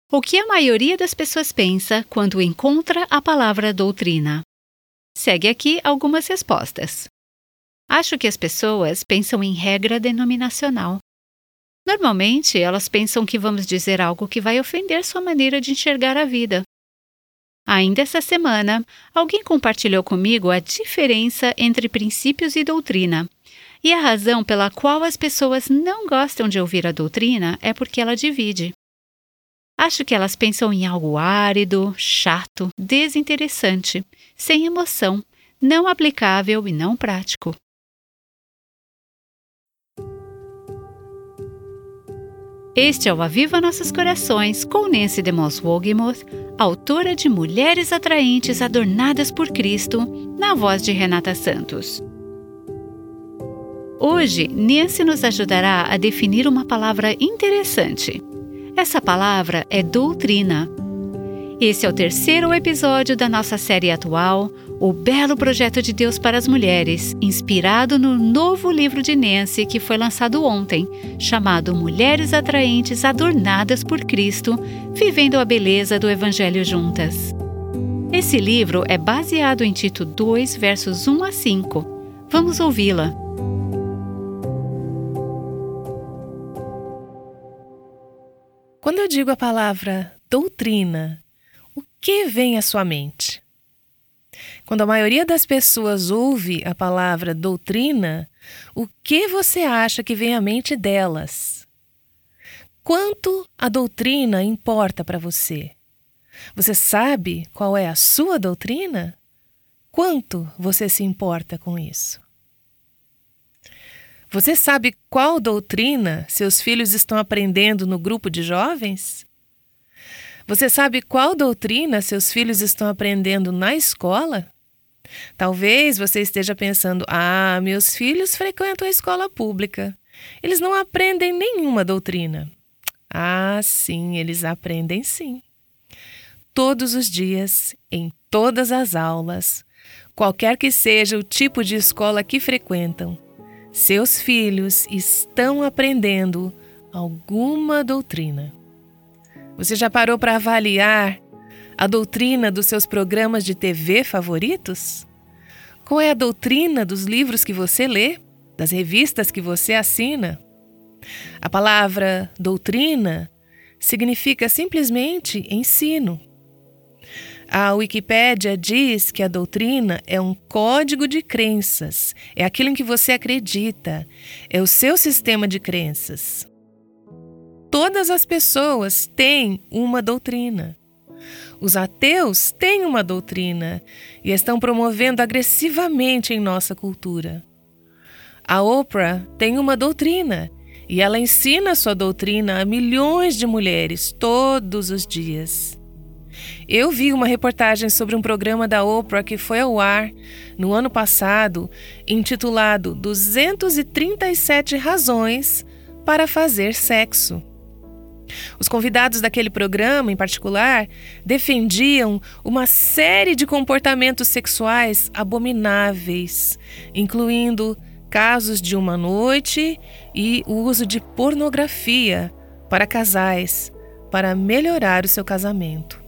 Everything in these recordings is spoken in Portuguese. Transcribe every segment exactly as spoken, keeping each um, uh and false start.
O que a maioria das pessoas pensa quando encontra a palavra doutrina? Segue aqui algumas respostas. Acho que as pessoas pensam em regra denominacional. Normalmente, elas pensam que vamos dizer algo que vai ofender sua maneira de enxergar a vida. Ainda essa semana, alguém compartilhou comigo a diferença entre princípios e doutrina. E a razão pela qual as pessoas não gostam de ouvir a doutrina é porque ela divide. Acho que elas pensam em algo árido, chato, desinteressante, sem emoção, não aplicável e não prático. Este é o Aviva Nossos Corações com Nancy DeMoss Wogemuth, autora de Mulheres Atraentes Adornadas por Cristo, na voz de Renata Santos. Hoje, Nancy nos ajudará a definir uma palavra interessante. Essa palavra é doutrina. Esse é o terceiro episódio da nossa série atual, O Belo Projeto de Deus para as Mulheres, inspirado no novo livro de Nancy que foi lançado ontem, chamado Mulheres Atraentes Adornadas por Cristo, Vivendo a Beleza do Evangelho Juntas. Esse livro é baseado em Tito dois, versos um a cinco. Vamos ouvi-la. Quando eu digo a palavra doutrina, o que vem à sua mente? Quando a maioria das pessoas ouve a palavra doutrina, o que você acha que vem à mente delas? Quanto a doutrina importa para você? Você sabe qual é a sua doutrina? Quanto você se importa com isso? Você sabe qual doutrina seus filhos estão aprendendo no grupo de jovens? Você sabe qual doutrina seus filhos estão aprendendo na escola? Talvez você esteja pensando, ah, meus filhos frequentam a escola pública. Eles não aprendem nenhuma doutrina. Ah, sim, eles aprendem sim. Todos os dias, em todas as aulas, qualquer que seja o tipo de escola que frequentam, seus filhos estão aprendendo alguma doutrina. Você já parou para avaliar a doutrina dos seus programas de T V favoritos? Qual é a doutrina dos livros que você lê, das revistas que você assina? A palavra doutrina significa simplesmente ensino. A Wikipédia diz que a doutrina é um código de crenças, é aquilo em que você acredita, é o seu sistema de crenças. Todas as pessoas têm uma doutrina. Os ateus têm uma doutrina e estão promovendo agressivamente em nossa cultura. A Oprah tem uma doutrina e ela ensina sua doutrina a milhões de mulheres todos os dias. Eu vi uma reportagem sobre um programa da Oprah que foi ao ar no ano passado, intitulado duzentas e trinta e sete Razões para Fazer Sexo. Os convidados daquele programa, em particular, defendiam uma série de comportamentos sexuais abomináveis, incluindo casos de uma noite e o uso de pornografia para casais, para melhorar o seu casamento.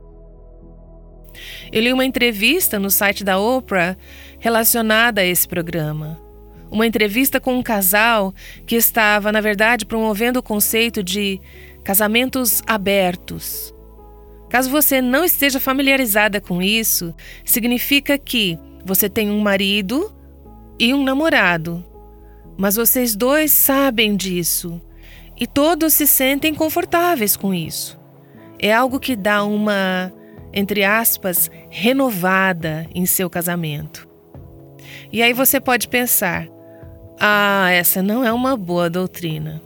Eu li uma entrevista no site da Oprah relacionada a esse programa. Uma entrevista com um casal que estava, na verdade, promovendo o conceito de casamentos abertos. Caso você não esteja familiarizada com isso, significa que você tem um marido e um namorado, mas vocês dois sabem disso e todos se sentem confortáveis com isso. É algo que dá uma, entre aspas, renovada em seu casamento. E aí você pode pensar, ah, essa não é uma boa doutrina.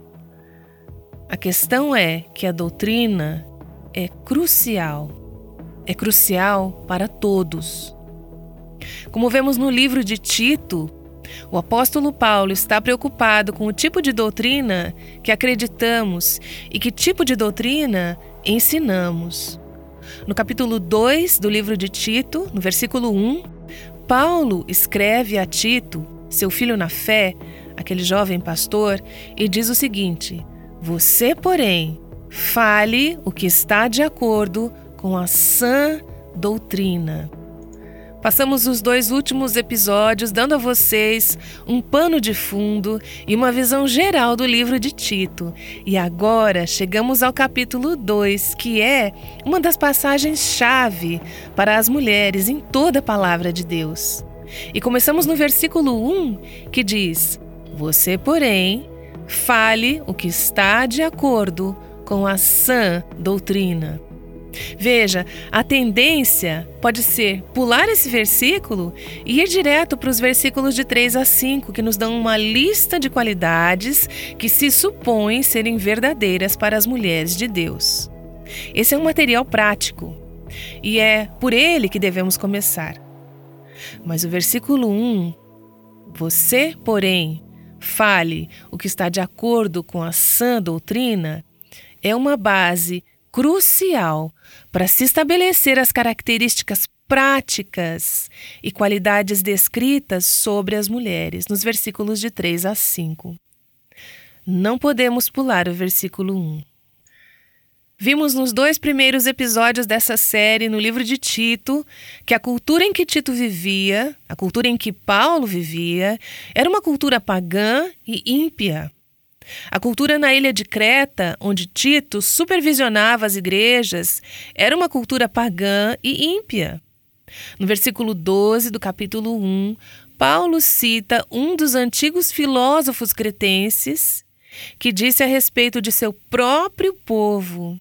A questão é que a doutrina é crucial. É crucial para todos. Como vemos no livro de Tito, o apóstolo Paulo está preocupado com o tipo de doutrina que acreditamos e que tipo de doutrina ensinamos. No capítulo dois do livro de Tito, no versículo um, Paulo escreve a Tito, seu filho na fé, aquele jovem pastor, e diz o seguinte: você, porém, fale o que está de acordo com a sã doutrina. Passamos os dois últimos episódios dando a vocês um pano de fundo e uma visão geral do livro de Tito. E agora chegamos ao capítulo dois, que é uma das passagens-chave para as mulheres em toda a palavra de Deus. E começamos no versículo um, que diz: Você, porém, fale o que está de acordo com a sã doutrina. Veja, a tendência pode ser pular esse versículo e ir direto para os versículos de três a cinco, que nos dão uma lista de qualidades que se supõem serem verdadeiras para as mulheres de Deus. Esse é um material prático e é por ele que devemos começar. Mas o versículo um, você, porém, fale o que está de acordo com a sã doutrina, é uma base crucial para se estabelecer as características práticas e qualidades descritas sobre as mulheres, nos versículos de três a cinco. Não podemos pular o versículo um. Vimos nos dois primeiros episódios dessa série, no livro de Tito, que a cultura em que Tito vivia, a cultura em que Paulo vivia, era uma cultura pagã e ímpia. A cultura na ilha de Creta, onde Tito supervisionava as igrejas, era uma cultura pagã e ímpia. No versículo doze do capítulo um, Paulo cita um dos antigos filósofos cretenses que disse a respeito de seu próprio povo: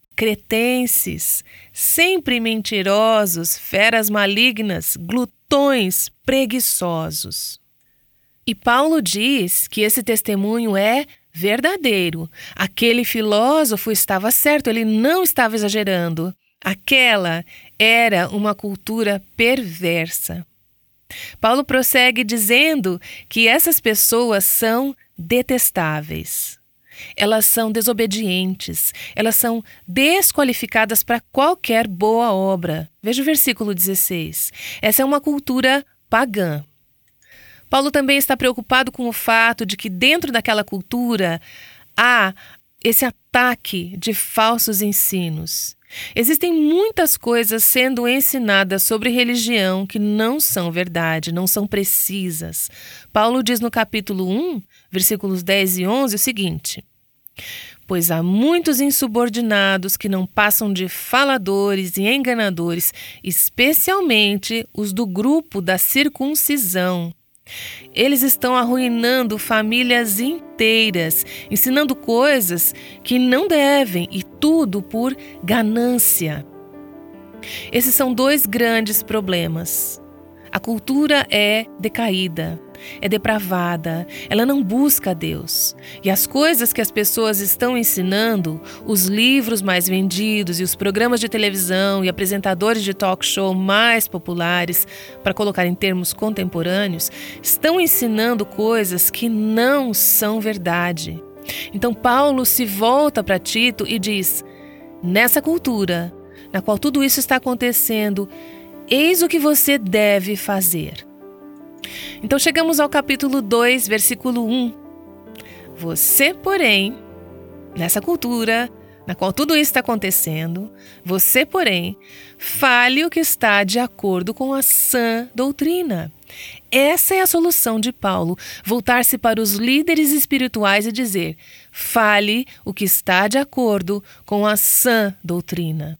cretenses, sempre mentirosos, feras malignas, glutões, preguiçosos. E Paulo diz que esse testemunho é verdadeiro. Aquele filósofo estava certo, ele não estava exagerando. Aquela era uma cultura perversa. Paulo prossegue dizendo que essas pessoas são detestáveis. Elas são desobedientes, elas são desqualificadas para qualquer boa obra. Veja o versículo dezesseis. Essa é uma cultura pagã. Paulo também está preocupado com o fato de que dentro daquela cultura há esse ataque de falsos ensinos. Existem muitas coisas sendo ensinadas sobre religião que não são verdade, não são precisas. Paulo diz no capítulo um, versículos dez e onze, o seguinte: Pois há muitos insubordinados que não passam de faladores e enganadores, especialmente os do grupo da circuncisão. Eles estão arruinando famílias inteiras, ensinando coisas que não devem, e tudo por ganância. Esses são dois grandes problemas. A cultura é decaída, é depravada, ela não busca a Deus. E as coisas que as pessoas estão ensinando, os livros mais vendidos e os programas de televisão e apresentadores de talk show mais populares, para colocar em termos contemporâneos, estão ensinando coisas que não são verdade. Então Paulo se volta para Tito e diz: nessa cultura, na qual tudo isso está acontecendo, eis o que você deve fazer. Então chegamos ao capítulo dois, versículo um. Você, porém, nessa cultura na qual tudo isso está acontecendo, você, porém, fale o que está de acordo com a sã doutrina. Essa é a solução de Paulo, voltar-se para os líderes espirituais e dizer: fale o que está de acordo com a sã doutrina.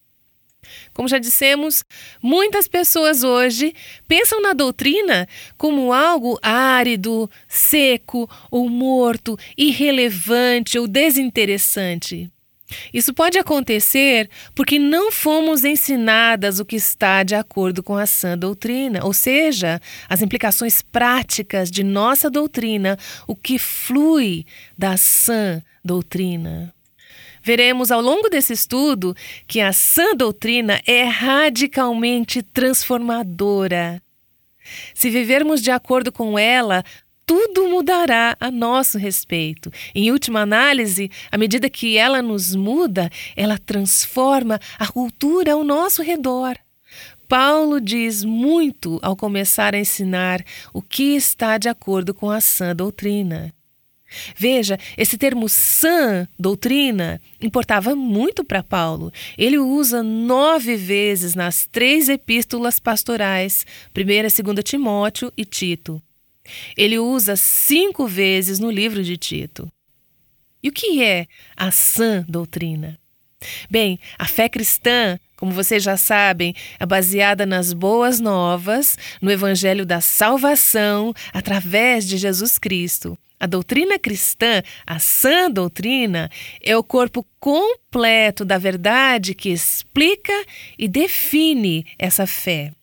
Como já dissemos, muitas pessoas hoje pensam na doutrina como algo árido, seco ou morto, irrelevante ou desinteressante. Isso pode acontecer porque não fomos ensinadas o que está de acordo com a sã doutrina, ou seja, as implicações práticas de nossa doutrina, o que flui da sã doutrina. Veremos ao longo desse estudo que a sã doutrina é radicalmente transformadora. Se vivermos de acordo com ela, tudo mudará a nosso respeito. Em última análise, à medida que ela nos muda, ela transforma a cultura ao nosso redor. Paulo diz muito ao começar a ensinar o que está de acordo com a sã doutrina. Veja, esse termo sã doutrina importava muito para Paulo. Ele o usa nove vezes nas três epístolas pastorais, primeira, segunda Timóteo e Tito. Ele o usa cinco vezes no livro de Tito. E o que é a sã doutrina? Bem, a fé cristã, como vocês já sabem, é baseada nas boas novas, no evangelho da salvação através de Jesus Cristo. A doutrina cristã, a sã doutrina, é o corpo completo da verdade que explica e define essa fé.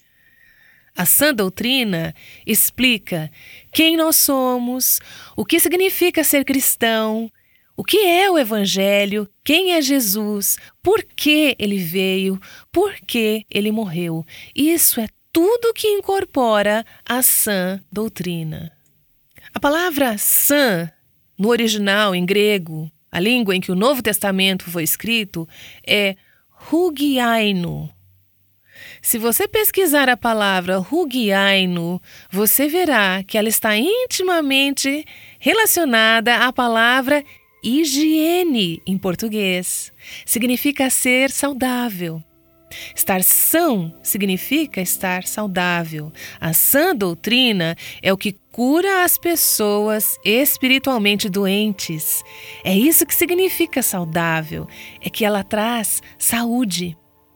A sã doutrina explica quem nós somos, o que significa ser cristão, o que é o Evangelho, quem é Jesus, por que ele veio, por que ele morreu. Isso é tudo que incorpora a sã doutrina. A palavra sã, no original em grego, a língua em que o Novo Testamento foi escrito, é hugiaino. Se você pesquisar a palavra hugiaino, você verá que ela está intimamente relacionada à palavra higiene em português. Significa ser saudável. Estar são significa estar saudável. A sã doutrina é o que cura as pessoas espiritualmente doentes. É isso que significa saudável, é que ela traz saúde.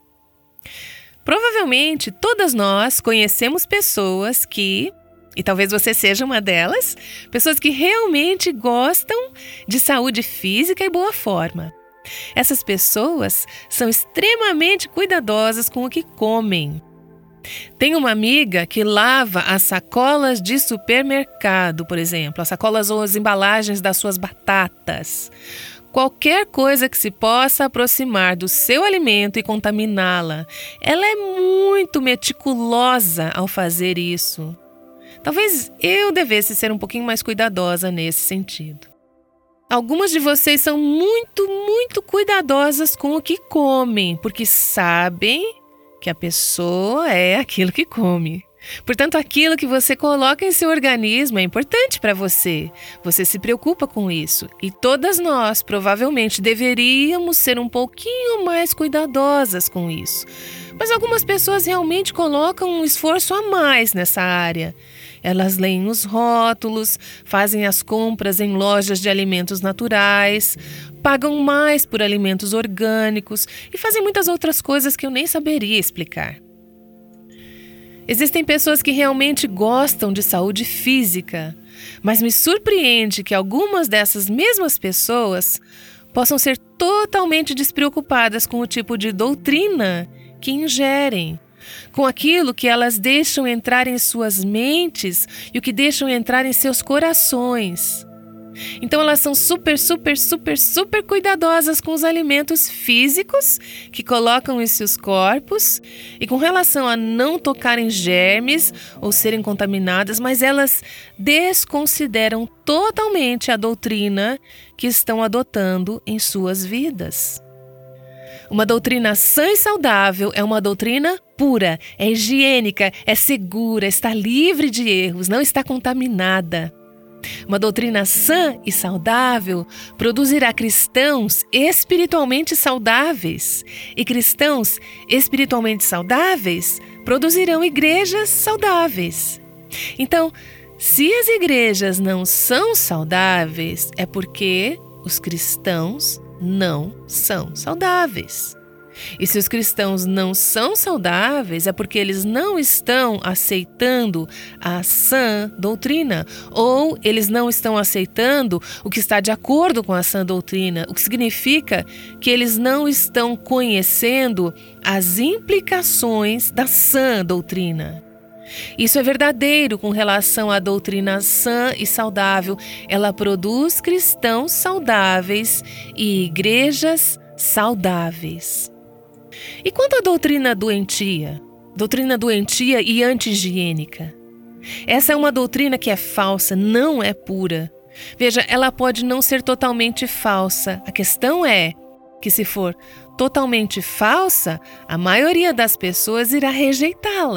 Provavelmente todas nós conhecemos pessoas que, e talvez você seja uma delas, pessoas que realmente gostam de saúde física e boa forma. Essas pessoas são extremamente cuidadosas com o que comem. Tem uma amiga que lava as sacolas de supermercado, por exemplo, as sacolas ou as embalagens das suas batatas. Qualquer coisa que se possa aproximar do seu alimento e contaminá-la. Ela é muito meticulosa ao fazer isso. Talvez eu devesse ser um pouquinho mais cuidadosa nesse sentido. Algumas de vocês são muito, muito cuidadosas com o que comem, porque sabem que a pessoa é aquilo que come. Portanto, aquilo que você coloca em seu organismo é importante para você. Você se preocupa com isso. E todas nós, provavelmente, deveríamos ser um pouquinho mais cuidadosas com isso. Mas algumas pessoas realmente colocam um esforço a mais nessa área. Elas leem os rótulos, fazem as compras em lojas de alimentos naturais, pagam mais por alimentos orgânicos e fazem muitas outras coisas que eu nem saberia explicar. Existem pessoas que realmente gostam de saúde física, mas me surpreende que algumas dessas mesmas pessoas possam ser totalmente despreocupadas com o tipo de doutrina que ingerem, com aquilo que elas deixam entrar em suas mentes e o que deixam entrar em seus corações. Então elas são super, super, super, super cuidadosas com os alimentos físicos que colocam em seus corpos e com relação a não tocarem germes ou serem contaminadas, mas elas desconsideram totalmente a doutrina que estão adotando em suas vidas. Uma doutrina sã e saudável é uma doutrina pura, é higiênica, é segura, está livre de erros, não está contaminada. Uma doutrina sã e saudável produzirá cristãos espiritualmente saudáveis. E cristãos espiritualmente saudáveis produzirão igrejas saudáveis. Então, se as igrejas não são saudáveis, é porque os cristãos não são saudáveis. E se os cristãos não são saudáveis, é porque eles não estão aceitando a sã doutrina, ou eles não estão aceitando o que está de acordo com a sã doutrina, o que significa que eles não estão conhecendo as implicações da sã doutrina. Isso é verdadeiro com relação à doutrina sã e saudável. Ela produz cristãos saudáveis e igrejas saudáveis. E quanto à doutrina doentia? Doutrina doentia e anti-higiênica. Essa é uma doutrina que é falsa, não é pura. Veja, ela pode não ser totalmente falsa. A questão é que, se for totalmente falsa, a maioria das pessoas irá rejeitá-la.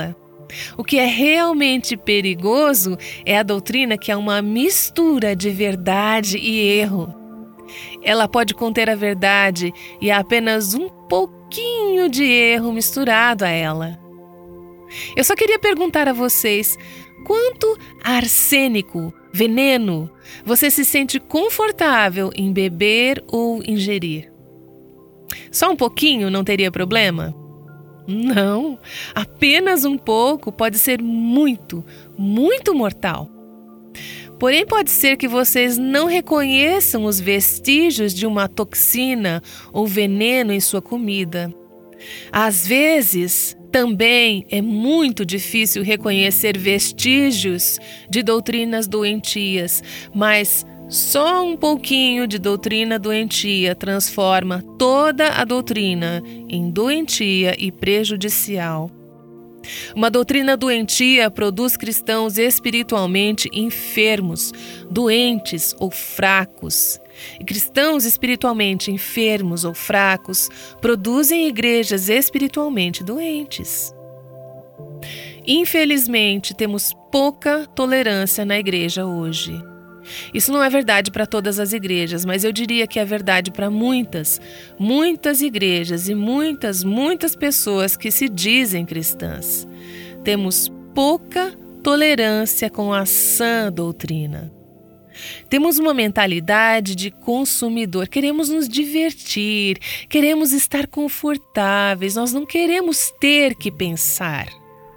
O que é realmente perigoso é a doutrina que é uma mistura de verdade e erro. Ela pode conter a verdade e há apenas um pouquinho de erro misturado a ela. Eu só queria perguntar a vocês, quanto arsênico, veneno, você se sente confortável em beber ou ingerir? Só um pouquinho não teria problema? Não, apenas um pouco pode ser muito, muito mortal. Porém, pode ser que vocês não reconheçam os vestígios de uma toxina ou veneno em sua comida. Às vezes, também é muito difícil reconhecer vestígios de doutrinas doentias, mas só um pouquinho de doutrina doentia transforma toda a doutrina em doentia e prejudicial. Uma doutrina doentia produz cristãos espiritualmente enfermos, doentes ou fracos. E cristãos espiritualmente enfermos ou fracos produzem igrejas espiritualmente doentes. Infelizmente, temos pouca tolerância na igreja hoje. Isso não é verdade para todas as igrejas, mas eu diria que é verdade para muitas, muitas igrejas e muitas, muitas pessoas que se dizem cristãs. Temos pouca tolerância com a sã doutrina. Temos uma mentalidade de consumidor, queremos nos divertir, queremos estar confortáveis, nós não queremos ter que pensar.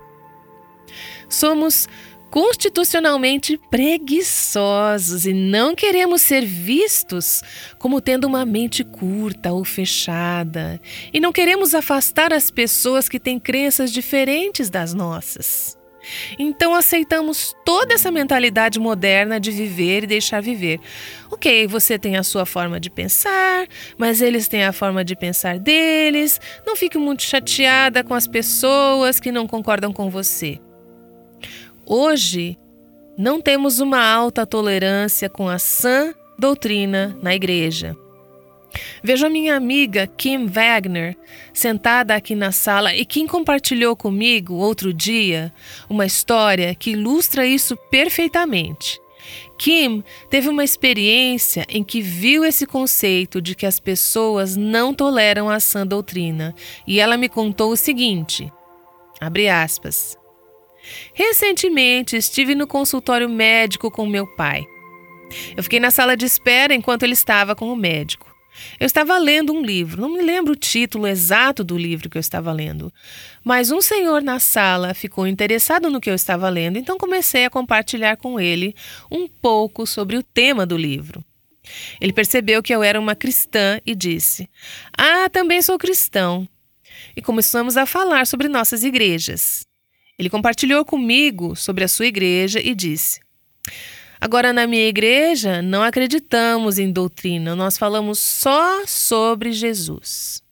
Somos constitucionalmente preguiçosos e não queremos ser vistos como tendo uma mente curta ou fechada. E não queremos afastar as pessoas que têm crenças diferentes das nossas. Então aceitamos toda essa mentalidade moderna de viver e deixar viver. Ok, você tem a sua forma de pensar, mas eles têm a forma de pensar deles. Não fique muito chateada com as pessoas que não concordam com você. Hoje, não temos uma alta tolerância com a sã doutrina na igreja. Vejo a minha amiga Kim Wagner sentada aqui na sala e Kim compartilhou comigo outro dia uma história que ilustra isso perfeitamente. Kim teve uma experiência em que viu esse conceito de que as pessoas não toleram a sã doutrina e ela me contou o seguinte, abre aspas, recentemente estive no consultório médico com meu pai. Eu fiquei na sala de espera enquanto ele estava com o médico. Eu estava lendo um livro, não me lembro o título exato do livro que eu estava lendo, mas um senhor na sala ficou interessado no que eu estava lendo, então comecei a compartilhar com ele um pouco sobre o tema do livro. Ele percebeu que eu era uma cristã e disse, ah, também sou cristão. E começamos a falar sobre nossas igrejas. Ele compartilhou comigo sobre a sua igreja e disse, agora na minha igreja não acreditamos em doutrina, nós falamos só sobre Jesus.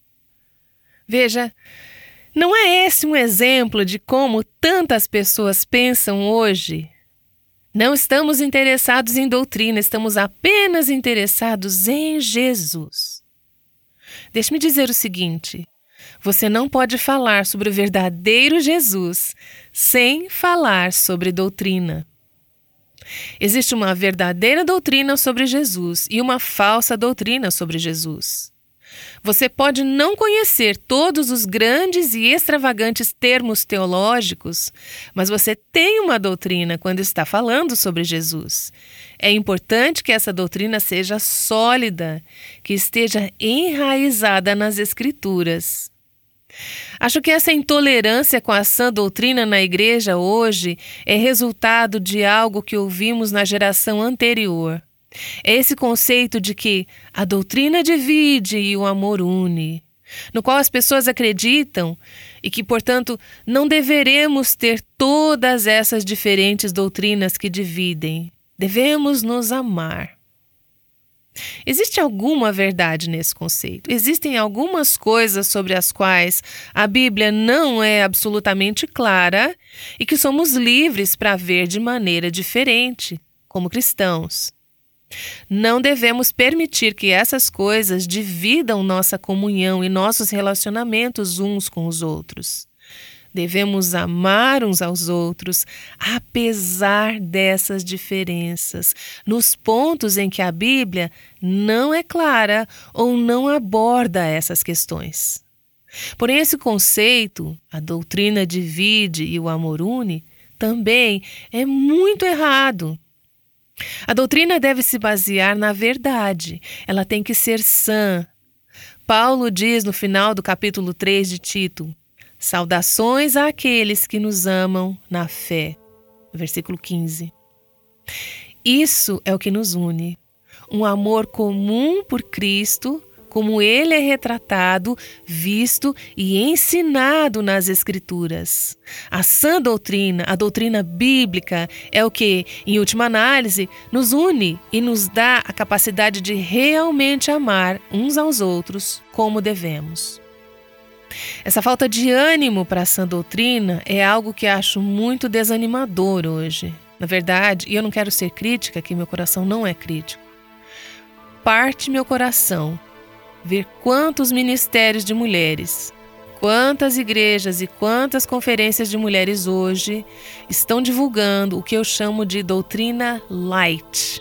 Veja, não é esse um exemplo de como tantas pessoas pensam hoje? Não estamos interessados em doutrina, estamos apenas interessados em Jesus. Deixe-me dizer o seguinte, você não pode falar sobre o verdadeiro Jesus sem falar sobre doutrina. Existe uma verdadeira doutrina sobre Jesus e uma falsa doutrina sobre Jesus. Você pode não conhecer todos os grandes e extravagantes termos teológicos, mas você tem uma doutrina quando está falando sobre Jesus. É importante que essa doutrina seja sólida, que esteja enraizada nas Escrituras. Acho que essa intolerância com a sã doutrina na igreja hoje é resultado de algo que ouvimos na geração anterior. É esse conceito de que a doutrina divide e o amor une, no qual as pessoas acreditam e que, portanto, não deveremos ter todas essas diferentes doutrinas que dividem. Devemos nos amar. Existe alguma verdade nesse conceito? Existem algumas coisas sobre as quais a Bíblia não é absolutamente clara e que somos livres para ver de maneira diferente, como cristãos. Não devemos permitir que essas coisas dividam nossa comunhão e nossos relacionamentos uns com os outros. Devemos amar uns aos outros, apesar dessas diferenças, nos pontos em que a Bíblia não é clara ou não aborda essas questões. Porém, esse conceito, a doutrina divide e o amor une, também é muito errado. A doutrina deve se basear na verdade, ela tem que ser sã. Paulo diz no final do capítulo três de Tito: saudações àqueles que nos amam na fé. Versículo quinze. Isso é o que nos une. Um amor comum por Cristo, como Ele é retratado, visto e ensinado nas Escrituras. A sã doutrina, a doutrina bíblica, é o que, em última análise, nos une e nos dá a capacidade de realmente amar uns aos outros como devemos. Essa falta de ânimo para a sã doutrina é algo que acho muito desanimador hoje. Na verdade, e eu não quero ser crítica, que meu coração não é crítico, parte meu coração ver quantos ministérios de mulheres, quantas igrejas e quantas conferências de mulheres hoje estão divulgando o que eu chamo de doutrina light.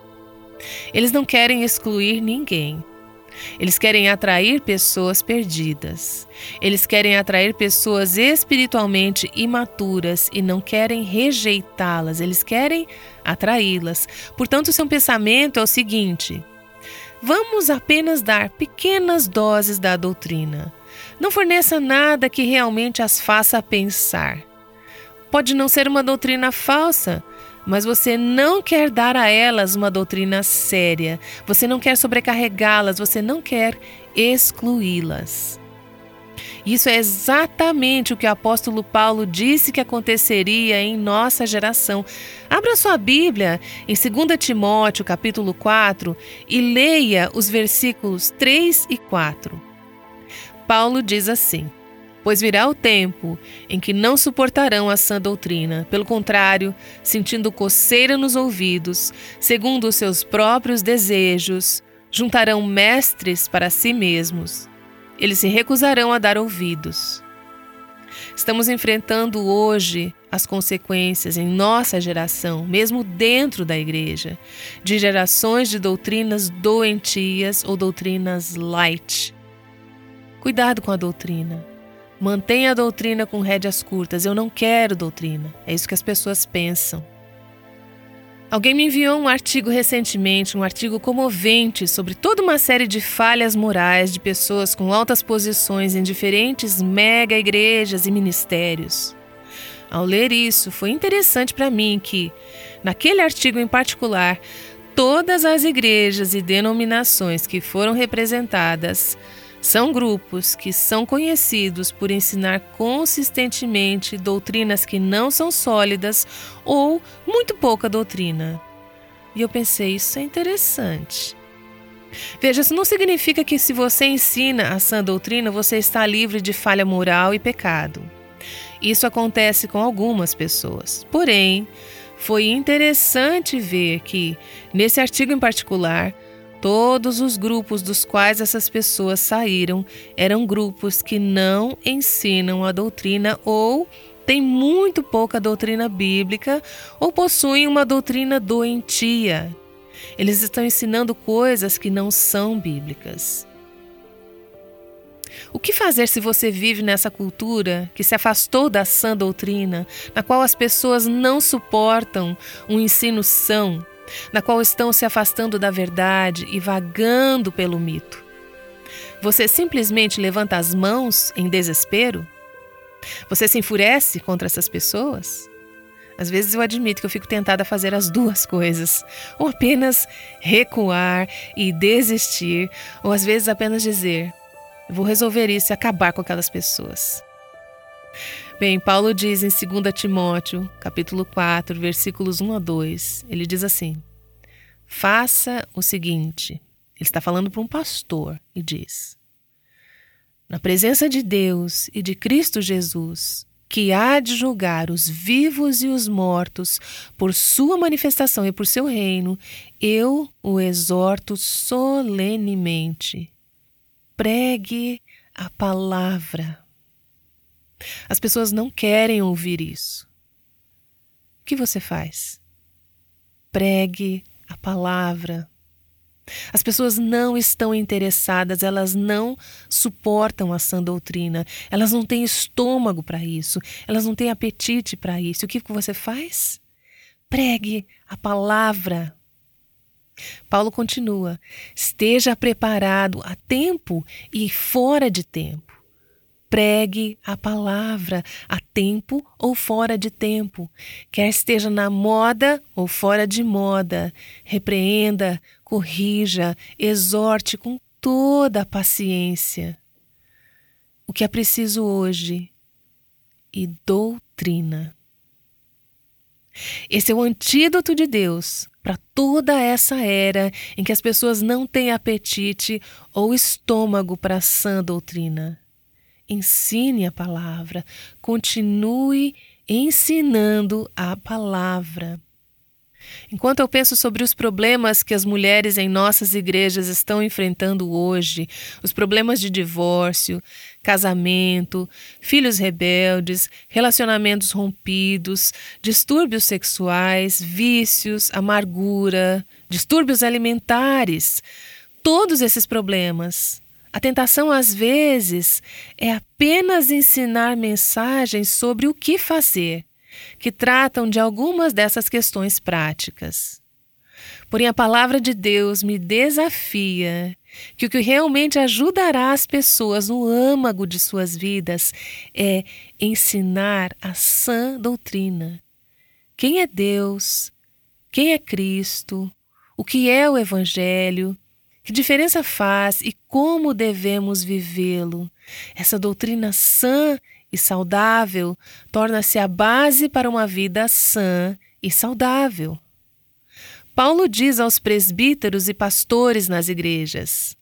Eles não querem excluir ninguém. Eles querem atrair pessoas perdidas. Eles querem atrair pessoas espiritualmente imaturas e não querem rejeitá-las. Eles querem atraí-las. Portanto, seu pensamento é o seguinte: vamos apenas dar pequenas doses da doutrina. Não forneça nada que realmente as faça pensar. Pode não ser uma doutrina falsa, mas você não quer dar a elas uma doutrina séria. Você não quer sobrecarregá-las, você não quer excluí-las. Isso é exatamente o que o apóstolo Paulo disse que aconteceria em nossa geração. Abra sua Bíblia em dois Timóteo, capítulo quatro, e leia os versículos três e quatro. Paulo diz assim: pois virá o tempo em que não suportarão a sã doutrina. Pelo contrário, sentindo coceira nos ouvidos, segundo os seus próprios desejos, juntarão mestres para si mesmos. Eles se recusarão a dar ouvidos. Estamos enfrentando hoje as consequências em nossa geração, mesmo dentro da igreja, de gerações de doutrinas doentias ou doutrinas light. Cuidado com a doutrina. Mantenha a doutrina com rédeas curtas. Eu não quero doutrina. É isso que as pessoas pensam. Alguém me enviou um artigo recentemente, um artigo comovente sobre toda uma série de falhas morais de pessoas com altas posições em diferentes mega igrejas e ministérios. Ao ler isso, foi interessante para mim que, naquele artigo em particular, todas as igrejas e denominações que foram representadas são grupos que são conhecidos por ensinar consistentemente doutrinas que não são sólidas ou muito pouca doutrina. E eu pensei, isso é interessante. Veja, isso não significa que se você ensina a sã doutrina, você está livre de falha moral e pecado. Isso acontece com algumas pessoas. Porém, foi interessante ver que, nesse artigo em particular, todos os grupos dos quais essas pessoas saíram eram grupos que não ensinam a doutrina ou têm muito pouca doutrina bíblica ou possuem uma doutrina doentia. Eles estão ensinando coisas que não são bíblicas. O que fazer se você vive nessa cultura que se afastou da sã doutrina, na qual as pessoas não suportam um ensino são, na qual estão se afastando da verdade e vagando pelo mito? Você simplesmente levanta as mãos em desespero? Você se enfurece contra essas pessoas? Às vezes eu admito que eu fico tentada a fazer as duas coisas, ou apenas recuar e desistir, ou às vezes apenas dizer: eu vou resolver isso e acabar com aquelas pessoas. Bem, Paulo diz em dois Timóteo, capítulo quatro, versículos um a dois, ele diz assim: faça o seguinte, ele está falando para um pastor e diz: na presença de Deus e de Cristo Jesus, que há de julgar os vivos e os mortos por sua manifestação e por seu reino, eu o exorto solenemente. Pregue a palavra. As pessoas não querem ouvir isso. O que você faz? Pregue a palavra. As pessoas não estão interessadas, elas não suportam a sã doutrina, elas não têm estômago para isso, elas não têm apetite para isso. O que você faz? Pregue a palavra. Paulo continua: esteja preparado a tempo e fora de tempo. Pregue a palavra a tempo ou fora de tempo, quer esteja na moda ou fora de moda. Repreenda, corrija, exorte com toda a paciência. O que é preciso hoje? E doutrina. Esse é o antídoto de Deus para toda essa era em que as pessoas não têm apetite ou estômago para a sã doutrina. Ensine a palavra, continue ensinando a palavra. Enquanto eu penso sobre os problemas que as mulheres em nossas igrejas estão enfrentando hoje, os problemas de divórcio, casamento, filhos rebeldes, relacionamentos rompidos, distúrbios sexuais, vícios, amargura, distúrbios alimentares, todos esses problemas, a tentação, às vezes, é apenas ensinar mensagens sobre o que fazer, que tratam de algumas dessas questões práticas. Porém, a palavra de Deus me desafia que o que realmente ajudará as pessoas no âmago de suas vidas é ensinar a sã doutrina. Quem é Deus? Quem é Cristo? O que é o Evangelho? Que diferença faz e como devemos vivê-lo? Essa doutrina sã e saudável torna-se a base para uma vida sã e saudável. Paulo diz aos presbíteros e pastores nas igrejas: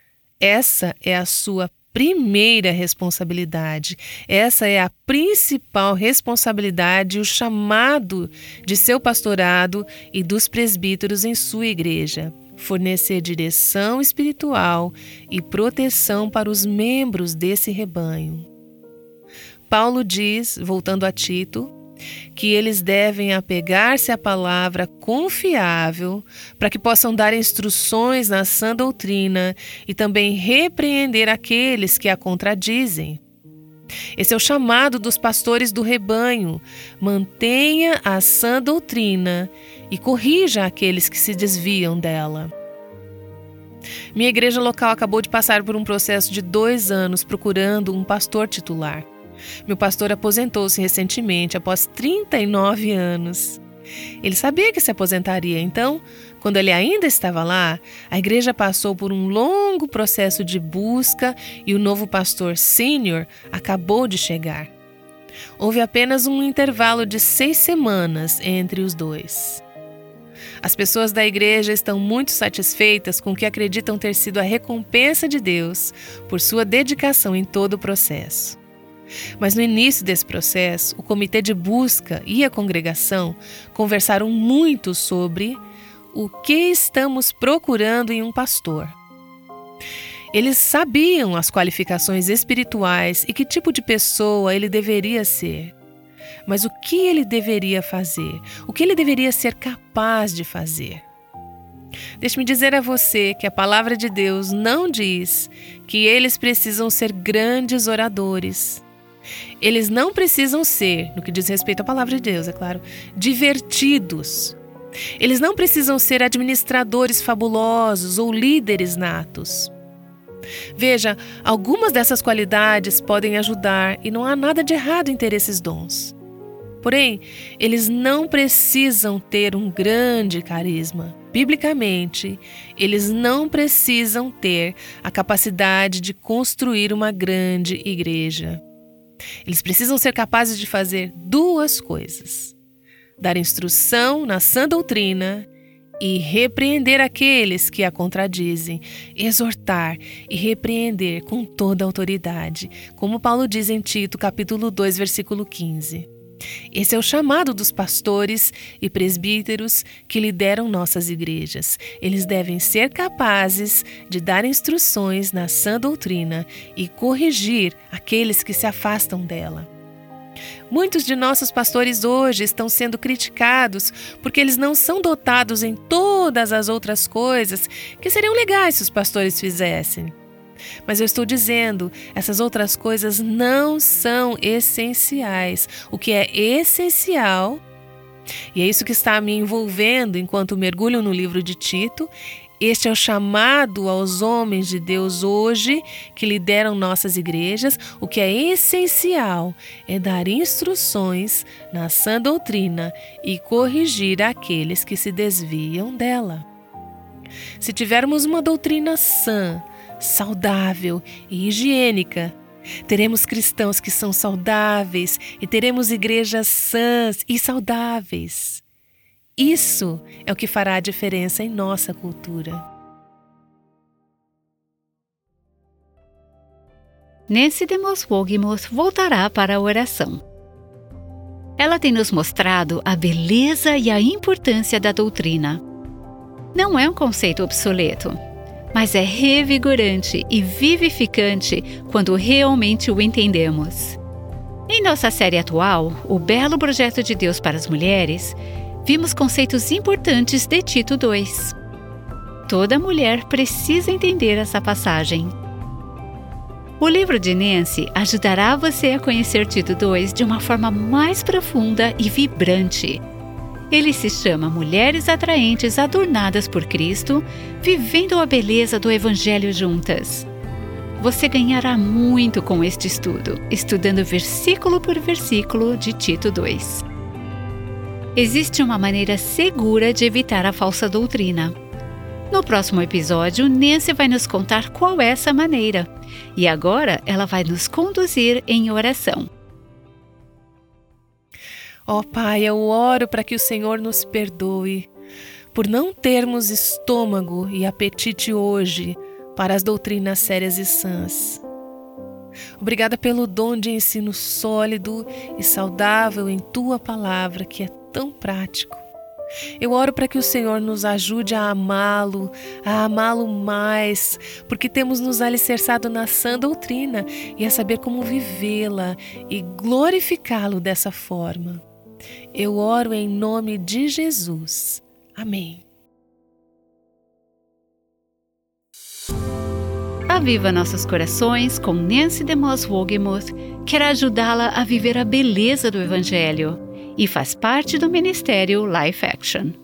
essa é a sua primeira responsabilidade, essa é a principal responsabilidade e o chamado de seu pastorado e dos presbíteros em sua igreja. Fornecer direção espiritual e proteção para os membros desse rebanho. Paulo diz, voltando a Tito, que eles devem apegar-se à palavra confiável para que possam dar instruções na sã doutrina e também repreender aqueles que a contradizem. Esse é o chamado dos pastores do rebanho. Mantenha a sã doutrina e corrija aqueles que se desviam dela. Minha igreja local acabou de passar por um processo de dois anos procurando um pastor titular. Meu pastor aposentou-se recentemente, após trinta e nove anos. Ele sabia que se aposentaria, então, quando ele ainda estava lá, a igreja passou por um longo processo de busca e o novo pastor sênior acabou de chegar. Houve apenas um intervalo de seis semanas entre os dois. As pessoas da igreja estão muito satisfeitas com o que acreditam ter sido a recompensa de Deus por sua dedicação em todo o processo. Mas no início desse processo, o comitê de busca e a congregação conversaram muito sobre o que estamos procurando em um pastor. Eles sabiam as qualificações espirituais e que tipo de pessoa ele deveria ser. Mas o que ele deveria fazer? O que ele deveria ser capaz de fazer? Deixe-me dizer a você que a palavra de Deus não diz que eles precisam ser grandes oradores. Eles não precisam ser, no que diz respeito à palavra de Deus, é claro, divertidos. Eles não precisam ser administradores fabulosos ou líderes natos. Veja, algumas dessas qualidades podem ajudar e não há nada de errado em ter esses dons. Porém, eles não precisam ter um grande carisma. Biblicamente, eles não precisam ter a capacidade de construir uma grande igreja. Eles precisam ser capazes de fazer duas coisas: dar instrução na sã doutrina e repreender aqueles que a contradizem, exortar e repreender com toda a autoridade, como Paulo diz em Tito, capítulo dois, versículo quinze. Esse é o chamado dos pastores e presbíteros que lideram nossas igrejas. Eles devem ser capazes de dar instruções na sã doutrina e corrigir aqueles que se afastam dela. Muitos de nossos pastores hoje estão sendo criticados porque eles não são dotados em todas as outras coisas que seriam legais se os pastores fizessem. Mas eu estou dizendo, essas outras coisas não são essenciais. O que é essencial, e é isso que está me envolvendo enquanto mergulho no livro de Tito, este é o chamado aos homens de Deus hoje que lideram nossas igrejas. O que é essencial é dar instruções na sã doutrina e corrigir aqueles que se desviam dela. Se tivermos uma doutrina sã, saudável e higiênica, teremos cristãos que são saudáveis e teremos igrejas sãs e saudáveis. Isso é o que fará a diferença em nossa cultura. Nancy DeMoss Wolgemuth voltará para a oração. Ela tem nos mostrado a beleza e a importância da doutrina. Não é um conceito obsoleto, mas é revigorante e vivificante quando realmente o entendemos. Em nossa série atual, O Belo Projeto de Deus para as Mulheres, vimos conceitos importantes de Tito dois. Toda mulher precisa entender essa passagem. O livro de Nancy ajudará você a conhecer Tito dois de uma forma mais profunda e vibrante. Ele se chama Mulheres Atraentes Adornadas por Cristo, vivendo a beleza do Evangelho juntas. Você ganhará muito com este estudo, estudando versículo por versículo de Tito dois. Existe uma maneira segura de evitar a falsa doutrina. No próximo episódio, Nancy vai nos contar qual é essa maneira. E agora ela vai nos conduzir em oração. Ó oh, Pai, eu oro para que o Senhor nos perdoe por não termos estômago e apetite hoje para as doutrinas sérias e sãs. Obrigada pelo dom de ensino sólido e saudável em Tua palavra, que é tão prático. Eu oro para que o Senhor nos ajude a amá-lo, a amá-lo mais, porque temos nos alicerçado na sã doutrina e a saber como vivê-la e glorificá-lo dessa forma. Eu oro em nome de Jesus. Amém. Aviva Nossos Corações com Nancy DeMoss Wolgemuth quer ajudá-la a viver a beleza do Evangelho e faz parte do Ministério Life Action.